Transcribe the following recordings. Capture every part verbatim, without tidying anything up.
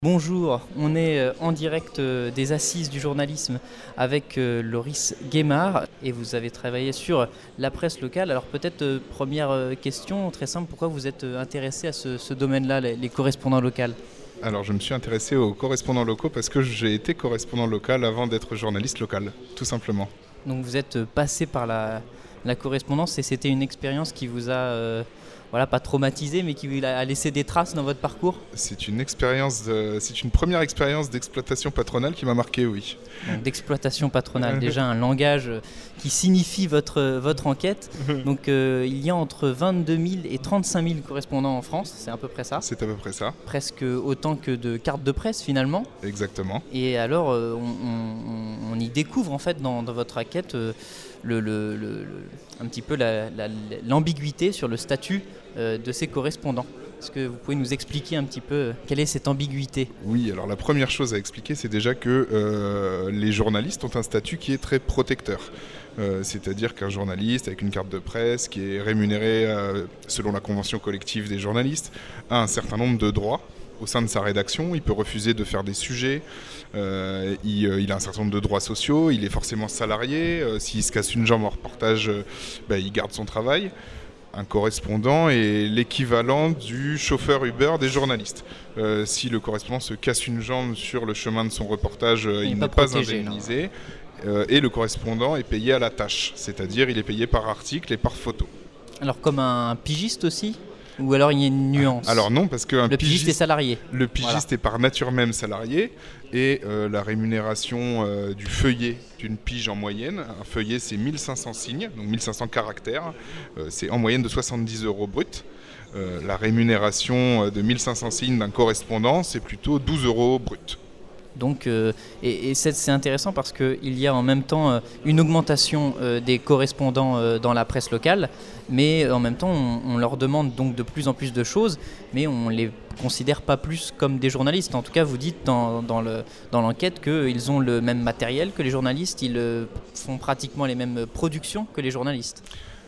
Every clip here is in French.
Bonjour, on est en direct des Assises du journalisme avec Loris Guémard et vous avez travaillé sur la presse locale. Alors peut-être première question très simple, pourquoi vous êtes intéressé à ce, ce domaine-là, les, les correspondants locaux ? Alors je me suis intéressé aux correspondants locaux parce que j'ai été correspondant local avant d'être journaliste local, tout simplement. Donc vous êtes passé par la, la correspondance et c'était une expérience qui vous a... Euh, Voilà, pas traumatisé, mais qui a laissé des traces dans votre parcours ? C'est une expérience, de, c'est une première expérience d'exploitation patronale qui m'a marqué, oui. Donc, d'exploitation patronale, déjà un langage qui signifie votre, votre enquête. Donc euh, il y a entre vingt-deux mille et trente-cinq mille correspondants en France, c'est à peu près ça ? C'est à peu près ça. Presque autant que de cartes de presse finalement. Exactement. Et alors euh, on, on, on y découvre en fait dans, dans votre enquête euh, le, le, le, le, un petit peu la, la, l'ambiguïté sur le statut euh, de ces correspondants. Est-ce que vous pouvez nous expliquer un petit peu euh, quelle est cette ambiguïté ? Oui, alors la première chose à expliquer, c'est déjà que euh, les journalistes ont un statut qui est très protecteur. Euh, c'est-à-dire qu'un journaliste avec une carte de presse qui est rémunéré euh, selon la convention collective des journalistes a un certain nombre de droits au sein de sa rédaction. Il peut refuser de faire des sujets, euh, il, euh, il a un certain nombre de droits sociaux, il est forcément salarié, euh, s'il se casse une jambe en reportage, euh, bah, il garde son travail. Un correspondant est l'équivalent du chauffeur Uber des journalistes. Euh, si le correspondant se casse une jambe sur le chemin de son reportage, euh, il, il n'est pas, pas indemnisé. Euh, et le correspondant est payé à la tâche, c'est-à-dire il est payé par article et par photo. Alors comme un pigiste aussi ? Ou alors il y a une nuance ? Alors non, parce que un le pigiste, pigiste est salarié. Le pigiste voilà. est par nature même salarié et euh, la rémunération euh, du feuillet d'une pige en moyenne, un feuillet c'est mille cinq cents signes, donc mille cinq cents caractères, euh, c'est en moyenne de soixante-dix euros brut. Euh, la rémunération de mille cinq cents signes d'un correspondant c'est plutôt douze euros brut. Donc, euh, et, et c'est, c'est intéressant parce qu'il y a en même temps euh, une augmentation euh, des correspondants euh, dans la presse locale, mais en même temps on, on leur demande donc de plus en plus de choses, mais on ne les considère pas plus comme des journalistes. En tout cas, vous dites dans, dans, le, dans l'enquête qu'ils ont le même matériel que les journalistes, ils euh, font pratiquement les mêmes productions que les journalistes.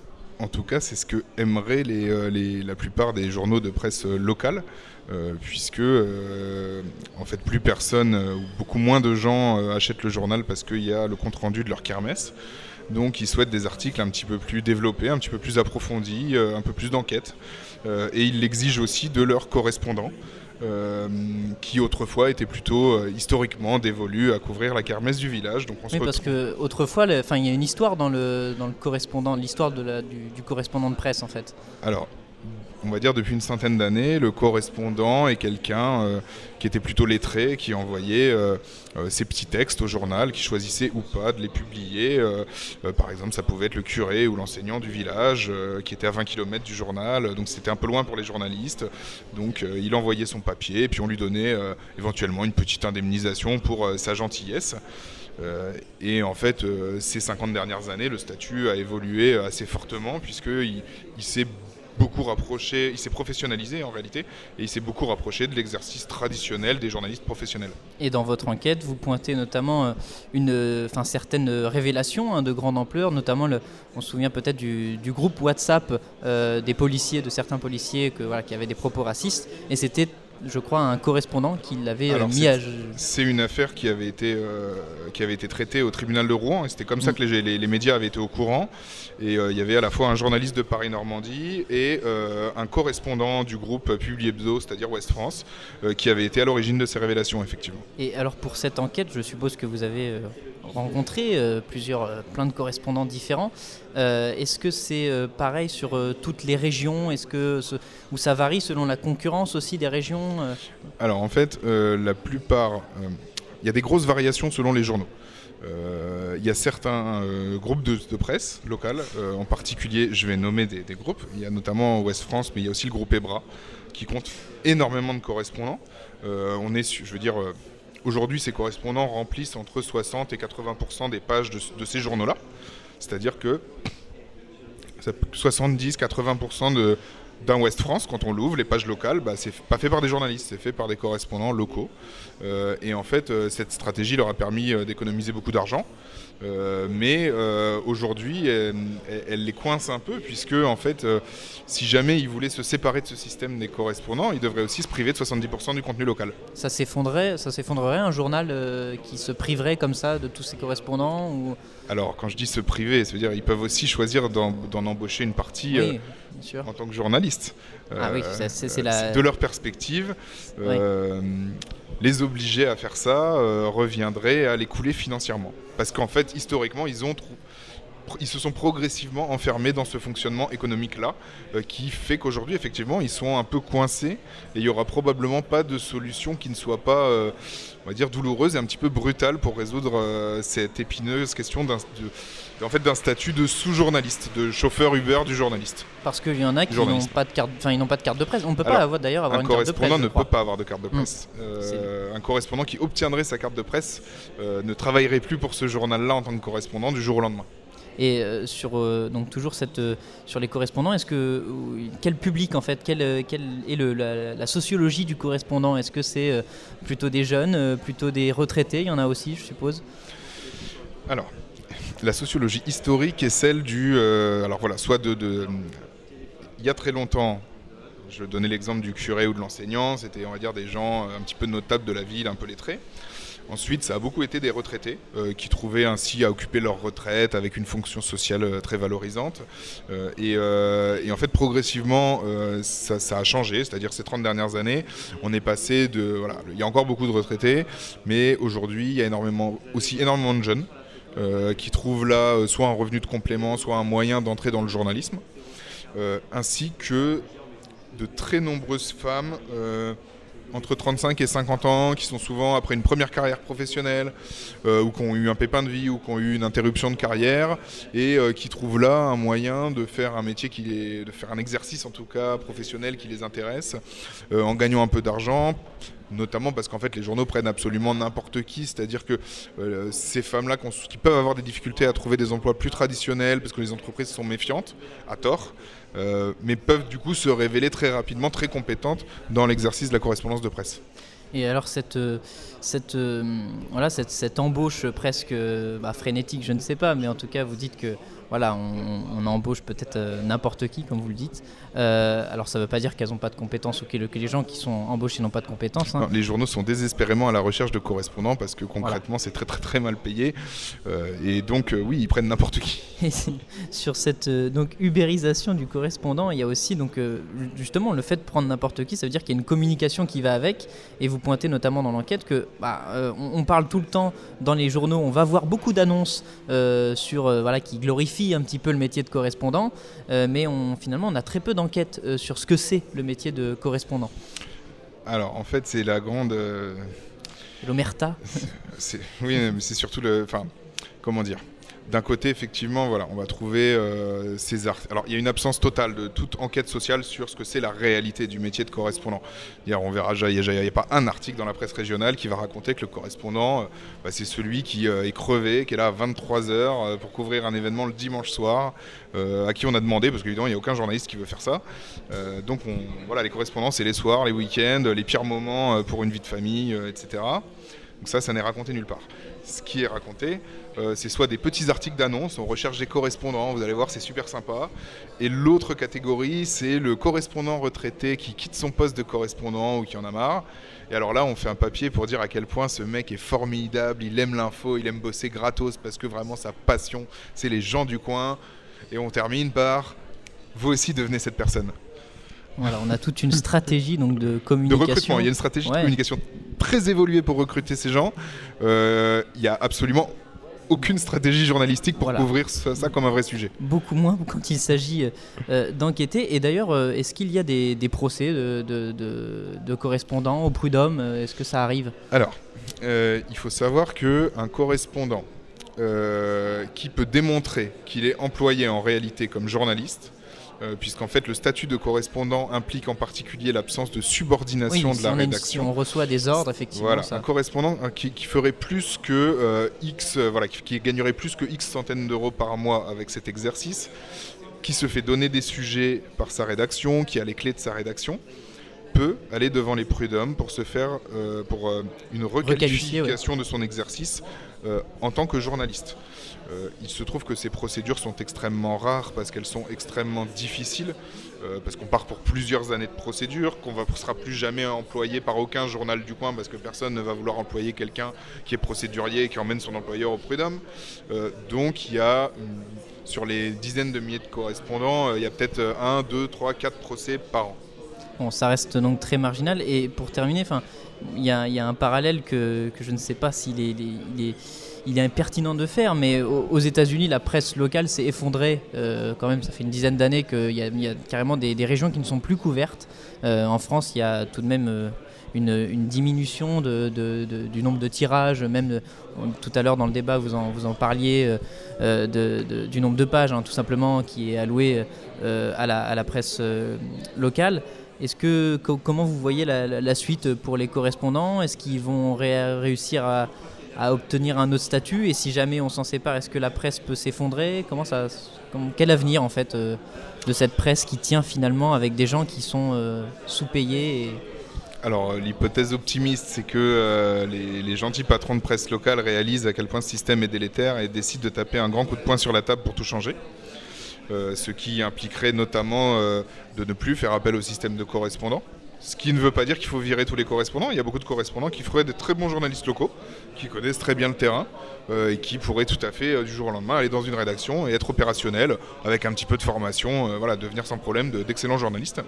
En tout cas, c'est ce que aimeraient les, les, la plupart des journaux de presse locale, euh, puisque euh, en fait, plus personne euh, ou beaucoup moins de gens euh, achètent le journal parce qu'il y a le compte-rendu de leur kermesse. Donc ils souhaitent des articles un petit peu plus développés, un petit peu plus approfondis, euh, un peu plus d'enquête. Euh, et ils l'exigent aussi de leurs correspondants. Euh, qui autrefois était plutôt euh, historiquement dévolu à couvrir la kermesse du village. Donc on oui, se parce retrouve... qu'autrefois, il y a une histoire dans le, dans le correspondant, l'histoire de la, du, du correspondant de presse en fait. Alors, on va dire depuis une centaine d'années, le correspondant est quelqu'un euh, qui était plutôt lettré, qui envoyait euh, euh, ses petits textes au journal, qui choisissait ou pas de les publier. Euh, euh, par exemple, ça pouvait être le curé ou l'enseignant du village euh, qui était à vingt kilomètres du journal, donc c'était un peu loin pour les journalistes. Donc euh, il envoyait son papier et puis on lui donnait euh, éventuellement une petite indemnisation pour euh, sa gentillesse. Euh, et en fait, euh, ces cinquante dernières années, le statut a évolué assez fortement puisqu'il il s'est beaucoup rapproché, il s'est professionnalisé en réalité, et il s'est beaucoup rapproché de l'exercice traditionnel des journalistes professionnels. Et dans votre enquête, vous pointez notamment une, enfin, certaines révélations hein, de grande ampleur, notamment, le, on se souvient peut-être du, du groupe WhatsApp euh, des policiers, de certains policiers que, voilà, qui avaient des propos racistes, et c'était je crois, un correspondant qui l'avait Alors, mis c'est, à... C'est une affaire qui avait été, euh, qui avait été traitée au tribunal de Rouen, et c'était comme mmh. ça que les, les, les médias avaient été au courant. Et il euh, y avait à la fois un journaliste de Paris-Normandie et euh, un correspondant du groupe Publi Hebdo, c'est-à-dire Ouest France, euh, qui avait été à l'origine de ces révélations, effectivement. Et alors pour cette enquête, je suppose que vous avez euh, rencontré euh, plusieurs, euh, plein de correspondants différents. Euh, est-ce que c'est euh, pareil sur euh, toutes les régions ? Est-ce que ce, ou ça varie selon la concurrence aussi des régions euh... Alors en fait, euh, la plupart, il euh, y a des grosses variations selon les journaux. Il euh, y a certains euh, groupes de, de presse locales, euh, en particulier, je vais nommer des, des groupes. Il y a notamment Ouest France, mais il y a aussi le groupe EBRA, qui compte énormément de correspondants. Euh, on est, je veux dire, euh, aujourd'hui, ces correspondants remplissent entre soixante et quatre-vingts pour cent des pages de, de ces journaux-là. C'est-à-dire que soixante-dix à quatre-vingts pour cent de, d'un Ouest France, quand on l'ouvre, les pages locales, bah, c'est pas fait par des journalistes, c'est fait par des correspondants locaux. Euh, et en fait, euh, cette stratégie leur a permis euh, d'économiser beaucoup d'argent. Euh, mais euh, aujourd'hui, elle, elle les coince un peu, puisque en fait, euh, si jamais ils voulaient se séparer de ce système des correspondants, ils devraient aussi se priver de soixante-dix pour cent du contenu local. Ça s'effondrerait, ça s'effondrerait un journal euh, qui se priverait comme ça de tous ses correspondants ou... Alors, quand je dis se priver, ça veut dire qu'ils peuvent aussi choisir d'en, d'en embaucher une partie oui, euh, en tant que journaliste. Ah euh, oui, c'est, c'est, c'est la... De leur perspective, euh, oui. Les obliger à faire ça euh, reviendrait à les couler financièrement. Parce qu'en fait, historiquement, ils ont trou- ils se sont progressivement enfermés dans ce fonctionnement économique-là, euh, qui fait qu'aujourd'hui, effectivement, ils sont un peu coincés et il n'y aura probablement pas de solution qui ne soit pas, euh, on va dire, douloureuse et un petit peu brutale pour résoudre euh, cette épineuse question d'un, de, en fait, d'un statut de sous-journaliste, de chauffeur Uber du journaliste. Parce qu'il y en a qui n'ont pas de carte, enfin, ils n'ont pas de carte de presse. On ne peut pas Alors, avoir, d'ailleurs avoir une carte de presse. Un correspondant ne peut pas avoir de carte de presse. Mmh. Euh, un correspondant qui obtiendrait sa carte de presse euh, ne travaillerait plus pour ce journal-là en tant que correspondant du jour au lendemain. Et euh, sur euh, donc toujours cette euh, sur les correspondants, est-ce que euh, quel public en fait, quelle euh, quel est le, la, la sociologie du correspondant? Est-ce que c'est euh, plutôt des jeunes, euh, plutôt des retraités? Il y en a aussi, je suppose. Alors, la sociologie historique est celle du euh, alors voilà, soit de, de il y a très longtemps. Je donnais l'exemple du curé ou de l'enseignant, c'était on va dire des gens un petit peu notables de la ville, un peu lettrés. Ensuite, ça a beaucoup été des retraités euh, qui trouvaient ainsi à occuper leur retraite avec une fonction sociale euh, très valorisante. Euh, et, euh, et en fait, progressivement, euh, ça, ça a changé. C'est-à-dire ces trente dernières années, on est passé de... Voilà, il y a encore beaucoup de retraités, mais aujourd'hui, il y a énormément, aussi énormément de jeunes euh, qui trouvent là euh, soit un revenu de complément, soit un moyen d'entrer dans le journalisme, euh, ainsi que de très nombreuses femmes... Euh, entre trente-cinq et cinquante ans, qui sont souvent après une première carrière professionnelle, euh, ou qui ont eu un pépin de vie, ou qui ont eu une interruption de carrière, et euh, qui trouvent là un moyen de faire un métier, qui les, de faire un exercice en tout cas professionnel qui les intéresse, euh, en gagnant un peu d'argent, notamment parce qu'en fait les journaux prennent absolument n'importe qui, c'est-à-dire que euh, ces femmes-là qui peuvent avoir des difficultés à trouver des emplois plus traditionnels, parce que les entreprises sont méfiantes, à tort, Euh, mais peuvent du coup se révéler très rapidement très compétentes dans l'exercice de la correspondance de presse. Et alors cette, cette, euh, voilà, cette, cette embauche presque bah, frénétique, je ne sais pas, mais en tout cas vous dites que voilà, on, on embauche peut-être euh, n'importe qui, comme vous le dites. Euh, alors ça ne veut pas dire qu'elles n'ont pas de compétences ou que, que les gens qui sont embauchés n'ont pas de compétences. Hein. Non, les journaux sont désespérément à la recherche de correspondants parce que concrètement voilà. c'est très très très mal payé. Euh, et donc euh, oui, ils prennent n'importe qui. Et sur cette euh, donc, ubérisation du correspondant, il y a aussi donc, euh, justement le fait de prendre n'importe qui, ça veut dire qu'il y a une communication qui va avec. Et vous pointez notamment dans l'enquête que bah, euh, on, on parle tout le temps dans les journaux, on va voir beaucoup d'annonces euh, sur, euh, voilà, qui glorifient un petit peu le métier de correspondant, euh, mais on, finalement on a très peu d'enquêtes euh, sur ce que c'est le métier de correspondant. Alors en fait c'est la grande... Euh... L'omerta. c'est, oui, mais c'est surtout le... Enfin, comment dire d'un côté, effectivement, voilà, on va trouver euh, ces articles. Alors, il y a une absence totale de toute enquête sociale sur ce que c'est la réalité du métier de correspondant. D'ailleurs, on verra, il n'y a, a pas un article dans la presse régionale qui va raconter que le correspondant, euh, bah, c'est celui qui euh, est crevé, qui est là à vingt-trois heures euh, pour couvrir un événement le dimanche soir, euh, à qui on a demandé, parce qu'évidemment, il n'y a aucun journaliste qui veut faire ça. Euh, donc, on, voilà, les correspondants, c'est les soirs, les week-ends, les pires moments pour une vie de famille, euh, et cetera. Donc ça, ça n'est raconté nulle part. Ce qui est raconté, euh, c'est soit des petits articles d'annonce, on recherche des correspondants, vous allez voir, c'est super sympa. Et l'autre catégorie, c'est le correspondant retraité qui quitte son poste de correspondant ou qui en a marre. Et alors là, on fait un papier pour dire à quel point ce mec est formidable, il aime l'info, il aime bosser gratos parce que vraiment sa passion, c'est les gens du coin. Et on termine par « vous aussi devenez cette personne ». Voilà, on a toute une stratégie donc, de communication. De recrutement, il y a une stratégie ouais. de communication très évoluée pour recruter ces gens. Euh, il n'y a absolument aucune stratégie journalistique pour voilà. couvrir ça, ça comme un vrai sujet. Beaucoup moins quand il s'agit euh, d'enquêter. Et d'ailleurs, euh, est-ce qu'il y a des, des procès de, de, de, de correspondants au prud'homme? Est-ce que ça arrive? Alors, euh, il faut savoir qu'un correspondant euh, qui peut démontrer qu'il est employé en réalité comme journaliste, Euh, puisqu'en fait le statut de correspondant implique en particulier l'absence de subordination oui, de la on rédaction. Une, si on reçoit des ordres, effectivement. Voilà, ça. Un correspondant hein, qui, qui ferait plus que euh, X, euh, voilà, qui, qui gagnerait plus que X centaines d'euros par mois avec cet exercice, qui se fait donner des sujets par sa rédaction, qui a les clés de sa rédaction, peut aller devant les prud'hommes pour se faire euh, pour euh, une requalification ouais. de son exercice euh, en tant que journaliste. Euh, il se trouve que ces procédures sont extrêmement rares parce qu'elles sont extrêmement difficiles, euh, parce qu'on part pour plusieurs années de procédure, qu'on ne sera plus jamais employé par aucun journal du coin parce que personne ne va vouloir employer quelqu'un qui est procédurier et qui emmène son employeur au prud'homme. Euh, donc il y a, sur les dizaines de milliers de correspondants, euh, il y a peut-être un, deux, trois, quatre procès par an. Bon, ça reste donc très marginal. Et pour terminer, il y, y a un parallèle que, que je ne sais pas s'il est, il est, il est pertinent de faire, mais aux, aux États-Unis, la presse locale s'est effondrée. Euh, quand même, ça fait une dizaine d'années qu'il y a, il y a carrément des, des régions qui ne sont plus couvertes. Euh, en France, il y a tout de même euh, une, une diminution de, de, de, du nombre de tirages. Même de, tout à l'heure dans le débat, vous en, vous en parliez euh, de, de, du nombre de pages, hein, tout simplement, qui est alloué euh, à, la, à la presse euh, locale. Est-ce que, co- comment vous voyez la, la, la suite pour les correspondants ? Est-ce qu'ils vont ré- réussir à, à obtenir un autre statut ? Et si jamais on s'en sépare, est-ce que la presse peut s'effondrer ? Comment ça, comment, quel avenir en fait euh, de cette presse qui tient finalement avec des gens qui sont euh, sous-payés et... Alors l'hypothèse optimiste, c'est que euh, les, les gentils patrons de presse locale réalisent à quel point ce système est délétère et décident de taper un grand coup de poing sur la table pour tout changer. Euh, ce qui impliquerait notamment euh, de ne plus faire appel au système de correspondants. Ce qui ne veut pas dire qu'il faut virer tous les correspondants. Il y a beaucoup de correspondants qui feraient de très bons journalistes locaux, qui connaissent très bien le terrain euh, et qui pourraient tout à fait, euh, du jour au lendemain, aller dans une rédaction et être opérationnels avec un petit peu de formation, euh, voilà, devenir sans problème de, d'excellents journalistes.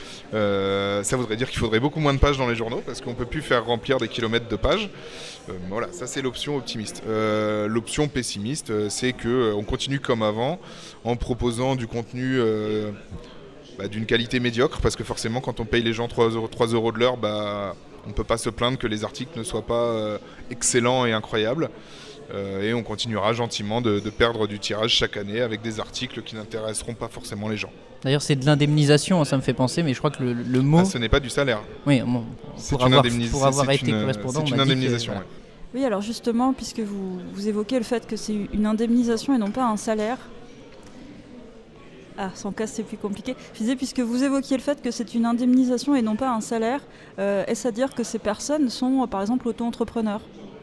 Euh, ça voudrait dire qu'il faudrait beaucoup moins de pages dans les journaux parce qu'on ne peut plus faire remplir des kilomètres de pages. Euh, voilà, ça c'est l'option optimiste. Euh, l'option pessimiste, euh, c'est qu'on euh, continue comme avant en proposant du contenu euh, bah, d'une qualité médiocre parce que forcément quand on paye les gens trois euros de l'heure, bah, on ne peut pas se plaindre que les articles ne soient pas euh, excellents et incroyables. Euh, et on continuera gentiment de, de perdre du tirage chaque année avec des articles qui n'intéresseront pas forcément les gens. D'ailleurs, c'est de l'indemnisation, ça me fait penser, mais je crois que le, le mot... Ah, ce n'est pas du salaire. Oui, bon, c'est pour, une avoir, indemnis... pour avoir c'est été une... correspondant, c'est on une m'a dit indemnisation. que, Ouais. Oui, alors justement, puisque vous, vous évoquez le fait que c'est une indemnisation et non pas un salaire... Ah, sans casse, c'est plus compliqué. Je disais, puisque vous évoquiez le fait que c'est une indemnisation et non pas un salaire, euh, est-ce à dire que ces personnes sont, par exemple, auto-entrepreneurs ?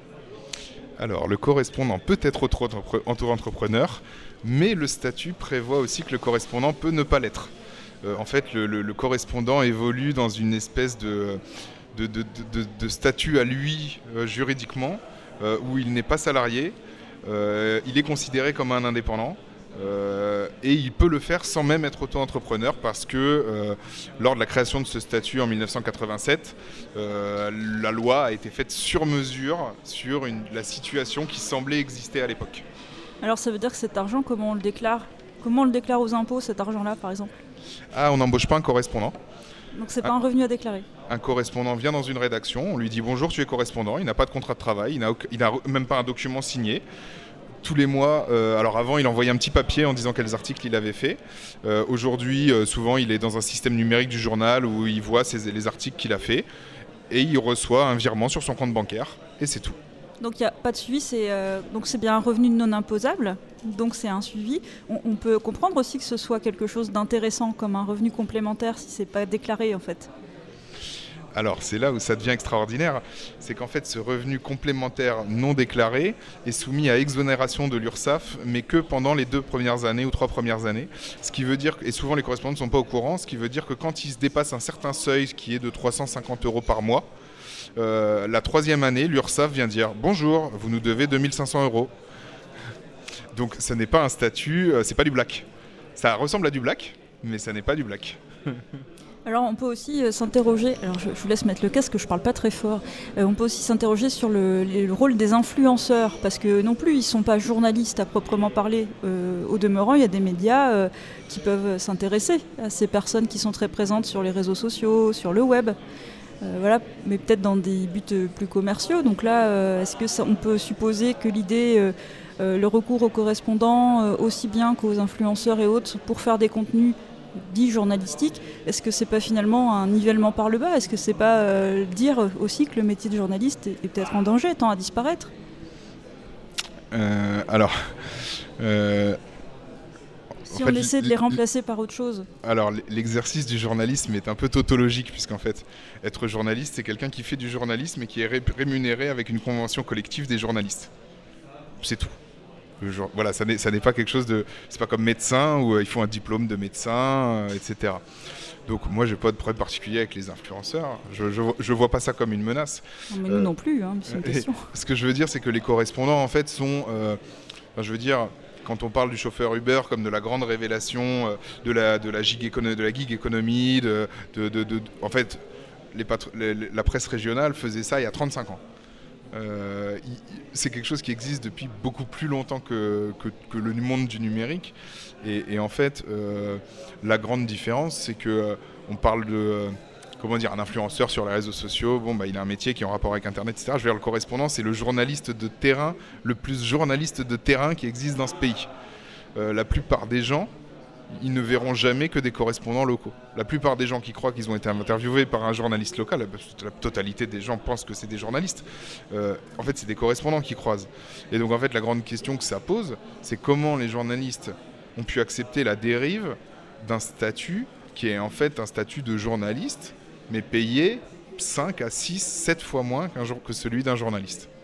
Alors, le correspondant peut être auto-entrepreneur, mais le statut prévoit aussi que le correspondant peut ne pas l'être. Euh, en fait, le, le, le correspondant évolue dans une espèce de, de, de, de, de statut à lui euh, juridiquement, euh, où il n'est pas salarié, euh, il est considéré comme un indépendant. Euh, et il peut le faire sans même être auto-entrepreneur parce que euh, lors de la création de ce statut en dix-neuf cent quatre-vingt-sept, euh, la loi a été faite sur mesure sur une, la situation qui semblait exister à l'époque. Alors ça veut dire que cet argent, comment on le déclare ? Comment on le déclare aux impôts, cet argent-là par exemple ? Ah, on n'embauche pas un correspondant. Donc c'est pas un, un revenu à déclarer. Un correspondant vient dans une rédaction, on lui dit bonjour, tu es correspondant, il n'a pas de contrat de travail, il n'a, il n'a même pas un document signé. Tous les mois, euh, alors avant il envoyait un petit papier en disant quels articles il avait fait. Euh, aujourd'hui, euh, souvent il est dans un système numérique du journal où il voit ses, les articles qu'il a fait et il reçoit un virement sur son compte bancaire et c'est tout. Donc il n'y a pas de suivi, c'est, euh, donc c'est bien un revenu non imposable, donc c'est un suivi. On, on peut comprendre aussi que ce soit quelque chose d'intéressant comme un revenu complémentaire si ce n'est pas déclaré en fait. Alors c'est là où ça devient extraordinaire, c'est qu'en fait ce revenu complémentaire non déclaré est soumis à exonération de l'URSSAF, mais que pendant les deux premières années ou trois premières années. Ce qui veut dire, et souvent les correspondants ne sont pas au courant, ce qui veut dire que quand il se dépasse un certain seuil qui est de trois cent cinquante euros par mois, euh, la troisième année, l'URSSAF vient dire « Bonjour, vous nous devez deux mille cinq cents euros ». Donc ce n'est pas un statut, euh, c'est pas du black. Ça ressemble à du black, mais ça n'est pas du black. Alors on peut aussi euh, s'interroger, alors je, je vous laisse mettre le casque, je parle pas très fort, euh, on peut aussi s'interroger sur le, le rôle des influenceurs, parce que non plus ils sont pas journalistes à proprement parler. Euh, au demeurant, il y a des médias euh, qui peuvent s'intéresser à ces personnes qui sont très présentes sur les réseaux sociaux, sur le web, euh, voilà, mais peut-être dans des buts plus commerciaux. Donc là, euh, est-ce que ça, on peut supposer que l'idée, euh, euh, le recours aux correspondants, euh, aussi bien qu'aux influenceurs et autres, pour faire des contenus dit journalistique, est-ce que c'est pas finalement un nivellement par le bas ? Est-ce que c'est pas euh, dire aussi que le métier de journaliste est, est peut-être en danger, tend à disparaître ? euh, Alors, euh, Si en on fait, essaie de l- les l- remplacer par autre chose. Alors, l- l'exercice du journalisme est un peu tautologique, puisqu'en fait, être journaliste, c'est quelqu'un qui fait du journalisme et qui est ré- rémunéré avec une convention collective des journalistes. C'est tout. Le jour- Voilà, ça n'est, ça n'est pas quelque chose de... C'est pas comme médecin, où euh, il faut un diplôme de médecin, euh, et cetera. Donc moi, j'ai pas de problème particulier avec les influenceurs. Je, je, vois- je vois pas ça comme une menace. Non, mais nous Euh, non plus, hein, c'est une Et question. ce que je veux dire, c'est que les correspondants, en fait, sont... euh, enfin, je veux dire... Quand on parle du chauffeur Uber comme de la grande révélation euh, de, la, de, la gig écono- de la gig économie, de, de, de- de- en fait, les patr- les- les- la presse régionale faisait ça il y a trente-cinq ans. Euh, il- c'est quelque chose qui existe depuis beaucoup plus longtemps que, que, que le monde du numérique. Et, et en fait, euh, la grande différence, c'est que euh, on parle de... euh, comment dire, un influenceur sur les réseaux sociaux, bon, bah, il a un métier qui est en rapport avec Internet, et cetera. Je veux dire, le correspondant, c'est le journaliste de terrain, le plus journaliste de terrain qui existe dans ce pays. Euh, la plupart des gens, ils ne verront jamais que des correspondants locaux. La plupart des gens qui croient qu'ils ont été interviewés par un journaliste local, la totalité des gens pensent que c'est des journalistes. Euh, en fait, c'est des correspondants qui croisent. Et donc, en fait, la grande question que ça pose, c'est comment les journalistes ont pu accepter la dérive d'un statut qui est en fait un statut de journaliste, mais payé cinq à six, sept fois moins qu'un jour que celui d'un journaliste.